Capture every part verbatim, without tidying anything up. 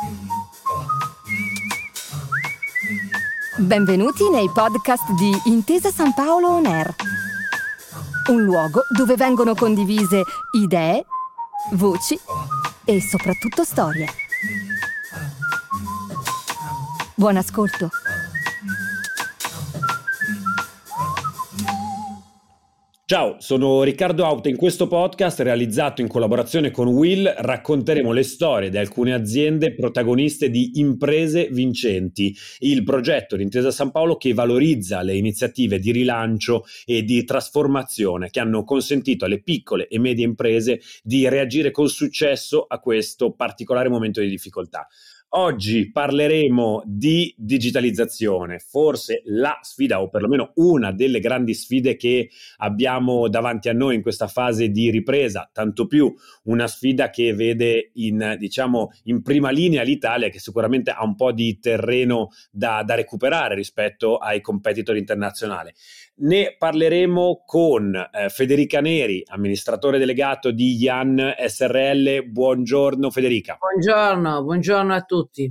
Benvenuti nei podcast di Intesa San Paolo On Air, un luogo dove vengono condivise idee, voci e soprattutto storie. Buon ascolto. Ciao, sono Riccardo Auta. In questo podcast, realizzato in collaborazione con Will, racconteremo le storie di alcune aziende protagoniste di Imprese Vincenti, il progetto di Intesa San Paolo che valorizza le iniziative di rilancio e di trasformazione che hanno consentito alle piccole e medie imprese di reagire con successo a questo particolare momento di difficoltà. Oggi parleremo di digitalizzazione, forse la sfida o perlomeno una delle grandi sfide che abbiamo davanti a noi in questa fase di ripresa, tanto più una sfida che vede in, diciamo, in prima linea l'Italia, che sicuramente ha un po' di terreno da, da recuperare rispetto ai competitor internazionali. Ne parleremo con eh, Federica Neri, amministratore delegato di Yann S R L. Buongiorno Federica. Buongiorno, buongiorno a tutti.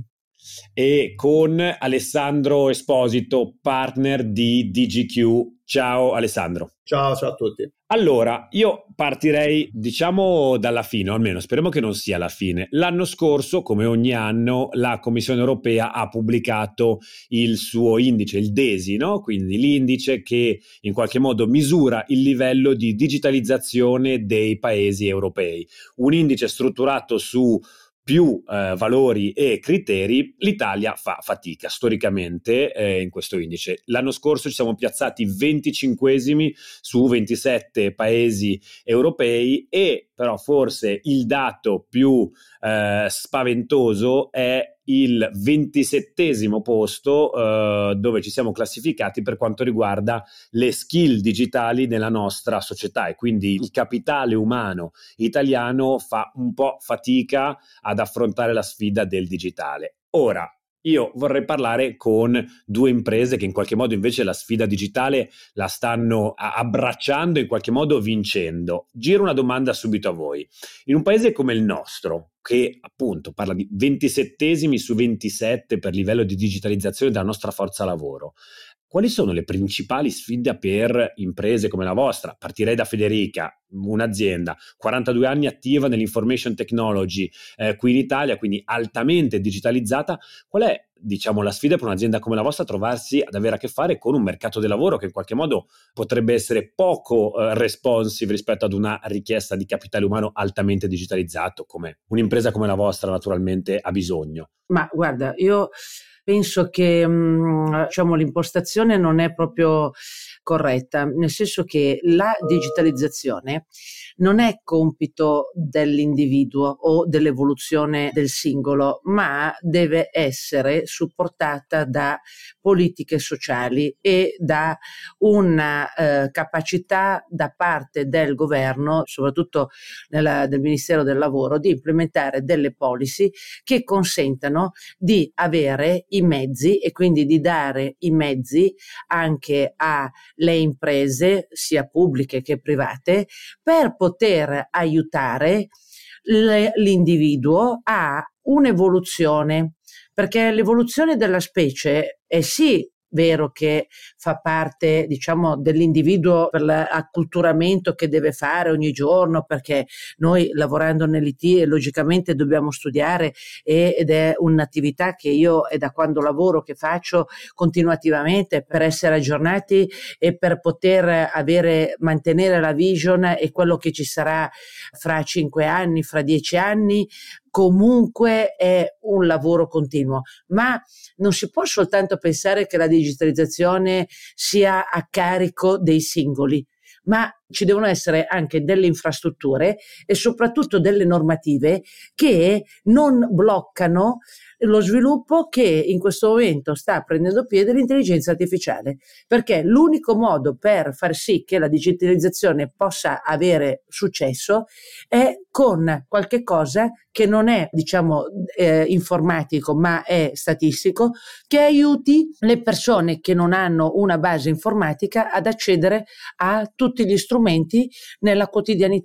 E con Alessandro Esposito, partner di D G Q. Ciao Alessandro. Ciao, ciao a tutti. Allora, io partirei, diciamo, dalla fine, o almeno speriamo che non sia la fine. L'anno scorso, come ogni anno, la Commissione Europea ha pubblicato il suo indice, il D E S I, no? Quindi l'indice che in qualche modo misura il livello di digitalizzazione dei paesi europei. Un indice strutturato su più eh, valori e criteri. L'Italia fa fatica storicamente eh, in questo indice. L'anno scorso ci siamo piazzati venticinquesimi su ventisette paesi europei e però forse il dato più eh, spaventoso è il ventisettesimo posto eh, dove ci siamo classificati per quanto riguarda le skill digitali nella nostra società, e quindi il capitale umano italiano fa un po' fatica ad affrontare la sfida del digitale. Ora, io vorrei parlare con due imprese che in qualche modo invece la sfida digitale la stanno abbracciando e in qualche modo vincendo. Giro una domanda subito a voi. In un paese come il nostro, che appunto parla di ventisettesimi su ventisette per livello di digitalizzazione della nostra forza lavoro, quali sono le principali sfide per imprese come la vostra? Partirei da Federica, un'azienda quarantadue anni attiva nell'information technology eh, qui in Italia, quindi altamente digitalizzata. Qual è, diciamo, la sfida per un'azienda come la vostra trovarsi ad avere a che fare con un mercato del lavoro che in qualche modo potrebbe essere poco eh, responsive rispetto ad una richiesta di capitale umano altamente digitalizzato, come un'impresa come la vostra naturalmente ha bisogno? Ma guarda, io penso che mh, diciamo, l'impostazione non è proprio corretta, nel senso che la digitalizzazione non è compito dell'individuo o dell'evoluzione del singolo, ma deve essere supportata da politiche sociali e da una eh, capacità da parte del governo, soprattutto nella, del Ministero del Lavoro, di implementare delle policy che consentano di avere i mezzi e quindi di dare i mezzi anche alle imprese, sia pubbliche che private, per poter aiutare le, l'individuo a un'evoluzione, perché l'evoluzione della specie è sì vero che fa parte, diciamo, dell'individuo per l'acculturamento che deve fare ogni giorno, perché noi lavorando nell'I T logicamente dobbiamo studiare ed è un'attività che io è da quando lavoro che faccio continuativamente per essere aggiornati e per poter avere, mantenere la vision e quello che ci sarà fra cinque anni, fra dieci anni. Comunque è un lavoro continuo, ma non si può soltanto pensare che la digitalizzazione sia a carico dei singoli, ma ci devono essere anche delle infrastrutture e soprattutto delle normative che non bloccano lo sviluppo che in questo momento sta prendendo piede l'intelligenza artificiale, perché l'unico modo per far sì che la digitalizzazione possa avere successo è con qualche cosa che non è, diciamo, eh, informatico, ma è statistico, che aiuti le persone che non hanno una base informatica ad accedere a tutti gli strumenti nella quotidianità.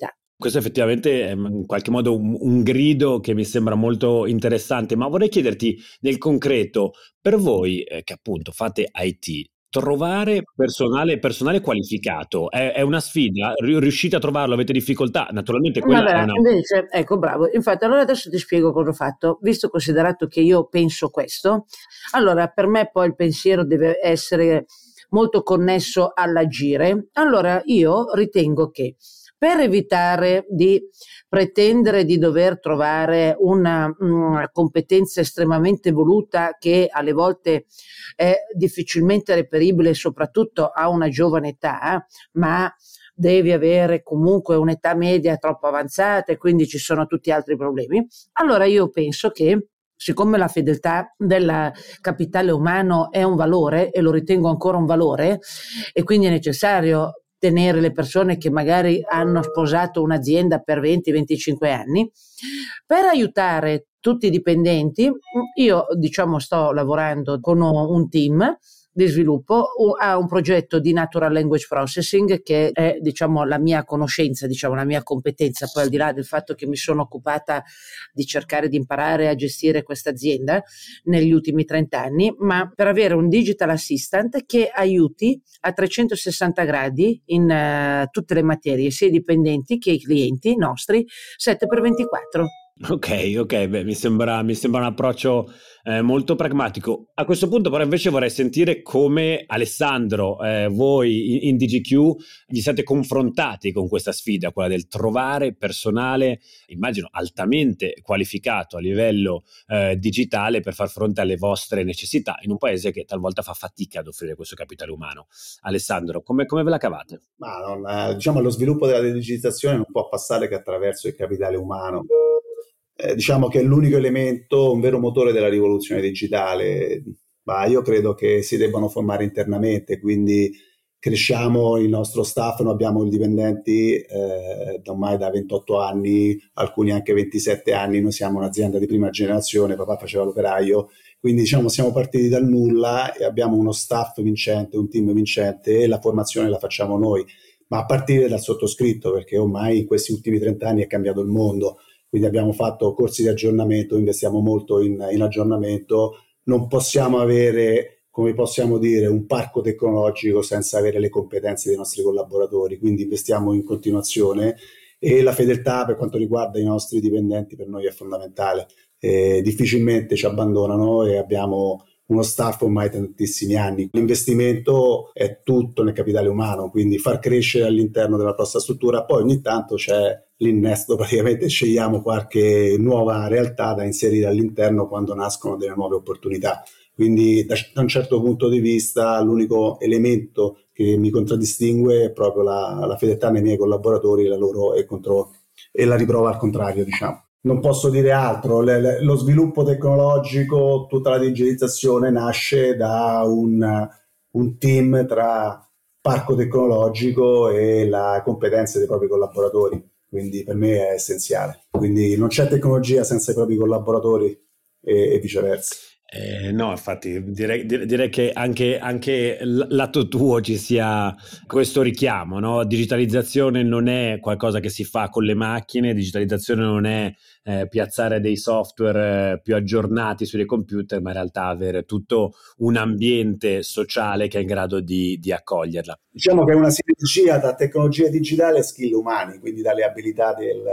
Questo effettivamente è in qualche modo un, un grido che mi sembra molto interessante, ma vorrei chiederti nel concreto, per voi eh, che appunto fate I T, trovare personale, personale qualificato è, è una sfida? Riuscite a trovarlo? Avete difficoltà? Naturalmente quella è Allora, una... invece, ecco, bravo. Infatti, allora adesso ti spiego cosa ho fatto. Visto considerato che io penso questo, allora per me poi il pensiero deve essere molto connesso all'agire. Allora io ritengo che per evitare di pretendere di dover trovare una, una competenza estremamente evoluta che alle volte è difficilmente reperibile, soprattutto a una giovane età, ma devi avere comunque un'età media troppo avanzata e quindi ci sono tutti altri problemi. Allora io penso che siccome la fedeltà del capitale umano è un valore e lo ritengo ancora un valore e quindi è necessario tenere le persone che magari hanno sposato un'azienda per venti venticinque anni, per aiutare tutti i dipendenti, io diciamo sto lavorando con un team di sviluppo a un progetto di Natural Language Processing che è diciamo la mia conoscenza, diciamo la mia competenza, poi al di là del fatto che mi sono occupata di cercare di imparare a gestire questa azienda negli ultimi trenta anni, ma per avere un digital assistant che aiuti a trecentosessanta gradi in uh, tutte le materie, sia i dipendenti che i clienti nostri, sette per ventiquattro. Ok, ok, beh, mi sembra, mi sembra un approccio eh, molto pragmatico. A questo punto però invece vorrei sentire come Alessandro, eh, voi in, in D G Q vi siete confrontati con questa sfida, quella del trovare personale, immagino altamente qualificato a livello eh, digitale per far fronte alle vostre necessità in un paese che talvolta fa fatica ad offrire questo capitale umano. Alessandro, come, come ve la cavate? Ma non, eh, diciamo lo sviluppo della digitalizzazione non può passare che attraverso il capitale umano. Eh, diciamo che è l'unico elemento, un vero motore della rivoluzione digitale, ma io credo che si debbano formare internamente, quindi cresciamo il nostro staff, noi abbiamo dipendenti eh, ormai da ventotto anni, alcuni anche ventisette anni, noi siamo un'azienda di prima generazione, papà faceva l'operaio, quindi diciamo siamo partiti dal nulla e abbiamo uno staff vincente, un team vincente e la formazione la facciamo noi, ma a partire dal sottoscritto, perché ormai in questi ultimi trenta anni è cambiato il mondo. Quindi abbiamo fatto corsi di aggiornamento, investiamo molto in, in aggiornamento, non possiamo avere, come possiamo dire, un parco tecnologico senza avere le competenze dei nostri collaboratori, quindi investiamo in continuazione e la fedeltà per quanto riguarda i nostri dipendenti per noi è fondamentale. Eh, difficilmente ci abbandonano e abbiamo uno staff ormai tantissimi anni. L'investimento è tutto nel capitale umano, quindi far crescere all'interno della nostra struttura, poi ogni tanto c'è l'innesto, praticamente scegliamo qualche nuova realtà da inserire all'interno quando nascono delle nuove opportunità. Quindi da, da un certo punto di vista l'unico elemento che mi contraddistingue è proprio la, la fedeltà nei miei collaboratori la loro, e, contro, e la riprova al contrario, diciamo. Non posso dire altro, le, le, lo sviluppo tecnologico, tutta la digitalizzazione nasce da un, un team tra parco tecnologico e le competenze dei propri collaboratori, quindi per me è essenziale. Quindi non c'è tecnologia senza i propri collaboratori e, e viceversa. Eh, no, infatti direi, direi che anche, anche lato tuo ci sia questo richiamo, no? Digitalizzazione non è qualcosa che si fa con le macchine, digitalizzazione non è eh, piazzare dei software eh, più aggiornati sui computer, ma in realtà avere tutto un ambiente sociale che è in grado di, di accoglierla. Diciamo che è una sinergia tra tecnologia digitale e skill umani, quindi dalle abilità del...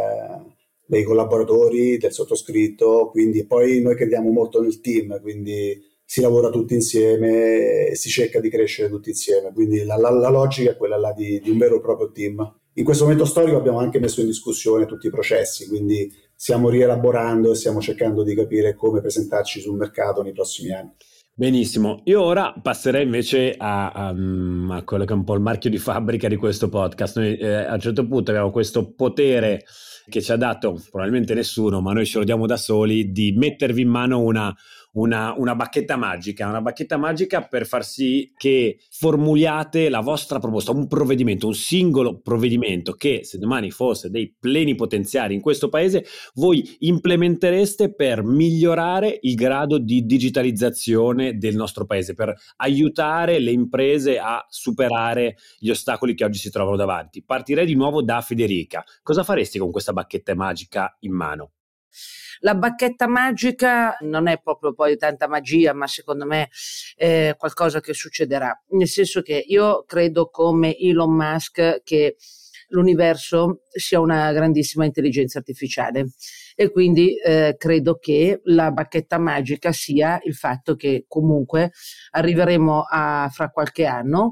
dei collaboratori, del sottoscritto, quindi poi noi crediamo molto nel team, quindi si lavora tutti insieme e si cerca di crescere tutti insieme, quindi la, la, la logica è quella là di, di un vero e proprio team. In questo momento storico abbiamo anche messo in discussione tutti i processi, quindi stiamo rielaborando e stiamo cercando di capire come presentarci sul mercato nei prossimi anni. Benissimo, io ora passerei invece a, a, a quello che è un po' il marchio di fabbrica di questo podcast. Noi eh, a un certo punto abbiamo questo potere che ci ha dato probabilmente nessuno, ma noi ce lo diamo da soli, di mettervi in mano una, una, una bacchetta magica, una bacchetta magica per far sì che formuliate la vostra proposta, un provvedimento, un singolo provvedimento che, se domani fosse dei plenipotenziari in questo paese, voi implementereste per migliorare il grado di digitalizzazione del nostro paese, per aiutare le imprese a superare gli ostacoli che oggi si trovano davanti. Partirei di nuovo da Federica. Cosa faresti con questa bacchetta magica in mano? La bacchetta magica non è proprio poi tanta magia, ma secondo me è qualcosa che succederà. Nel senso che io credo, come Elon Musk, che l'universo sia una grandissima intelligenza artificiale, e quindi eh, credo che la bacchetta magica sia il fatto che comunque arriveremo a, fra qualche anno,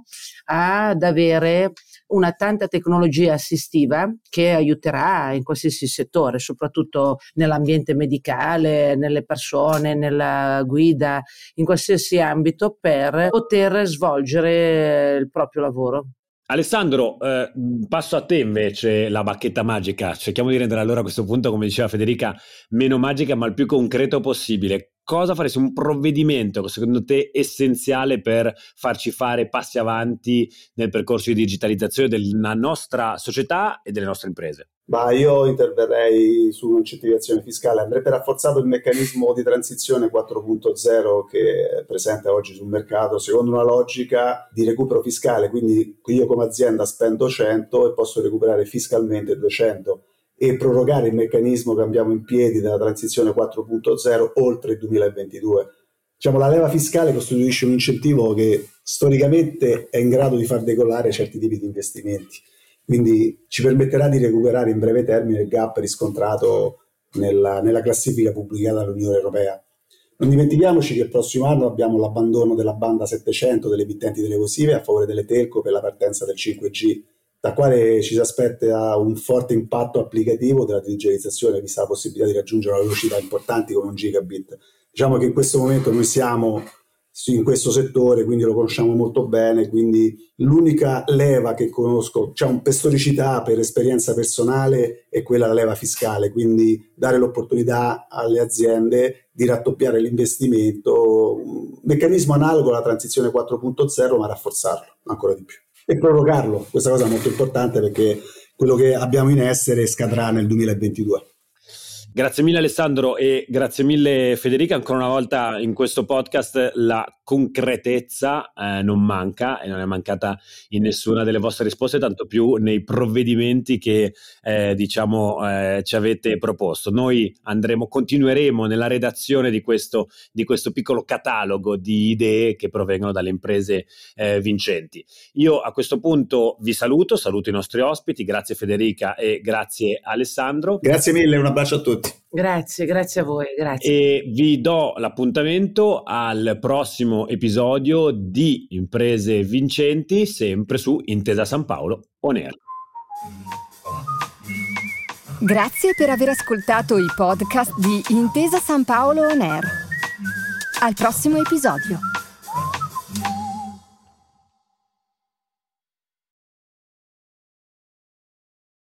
ad avere una tanta tecnologia assistiva che aiuterà in qualsiasi settore, soprattutto nell'ambiente medicale, nelle persone, nella guida, in qualsiasi ambito, per poter svolgere il proprio lavoro. Alessandro, eh, passo a te invece la bacchetta magica. Cerchiamo di rendere allora a questo punto, come diceva Federica, meno magica ma il più concreto possibile. Cosa faresti? Un provvedimento che secondo te è essenziale per farci fare passi avanti nel percorso di digitalizzazione della nostra società e delle nostre imprese? Ma io interverrei su un'incentivazione fiscale, andrebbe rafforzato il meccanismo di transizione quattro punto zero che è presente oggi sul mercato, secondo una logica di recupero fiscale, quindi io come azienda spendo cento e posso recuperare fiscalmente duecento, e prorogare il meccanismo che abbiamo in piedi della transizione quattro punto zero oltre il duemilaventidue. Diciamo, la leva fiscale costituisce un incentivo che storicamente è in grado di far decollare certi tipi di investimenti. Quindi ci permetterà di recuperare in breve termine il gap riscontrato nella, nella classifica pubblicata dall'Unione Europea. Non dimentichiamoci che il prossimo anno abbiamo l'abbandono della banda settecento delle emittenti televisive a favore delle telco per la partenza del cinque G, da quale ci si aspetta un forte impatto applicativo della digitalizzazione, vista la possibilità di raggiungere una velocità importanti come un gigabit. Diciamo che in questo momento noi siamo in questo settore, quindi lo conosciamo molto bene, quindi l'unica leva che conosco, cioè un per storicità, per esperienza personale, è quella della leva fiscale, quindi dare l'opportunità alle aziende di raddoppiare l'investimento, un meccanismo analogo alla transizione quattro punto zero, ma rafforzarlo ancora di più e prorogarlo. Questa cosa è molto importante perché quello che abbiamo in essere scadrà nel duemilaventidue. Grazie mille Alessandro e grazie mille Federica. Ancora una volta in questo podcast la concretezza eh, non manca e non è mancata in nessuna delle vostre risposte, tanto più nei provvedimenti che eh, diciamo eh, ci avete proposto. Noi andremo, continueremo nella redazione di questo, di questo piccolo catalogo di idee che provengono dalle imprese eh, vincenti. Io a questo punto vi saluto, saluto i nostri ospiti, grazie Federica e grazie Alessandro. Grazie mille, un abbraccio a tutti. Grazie, grazie a voi, grazie. E vi do l'appuntamento al prossimo episodio di Imprese Vincenti, sempre su Intesa San Paolo On Air. Grazie per aver ascoltato i podcast di Intesa San Paolo On Air. Al prossimo episodio.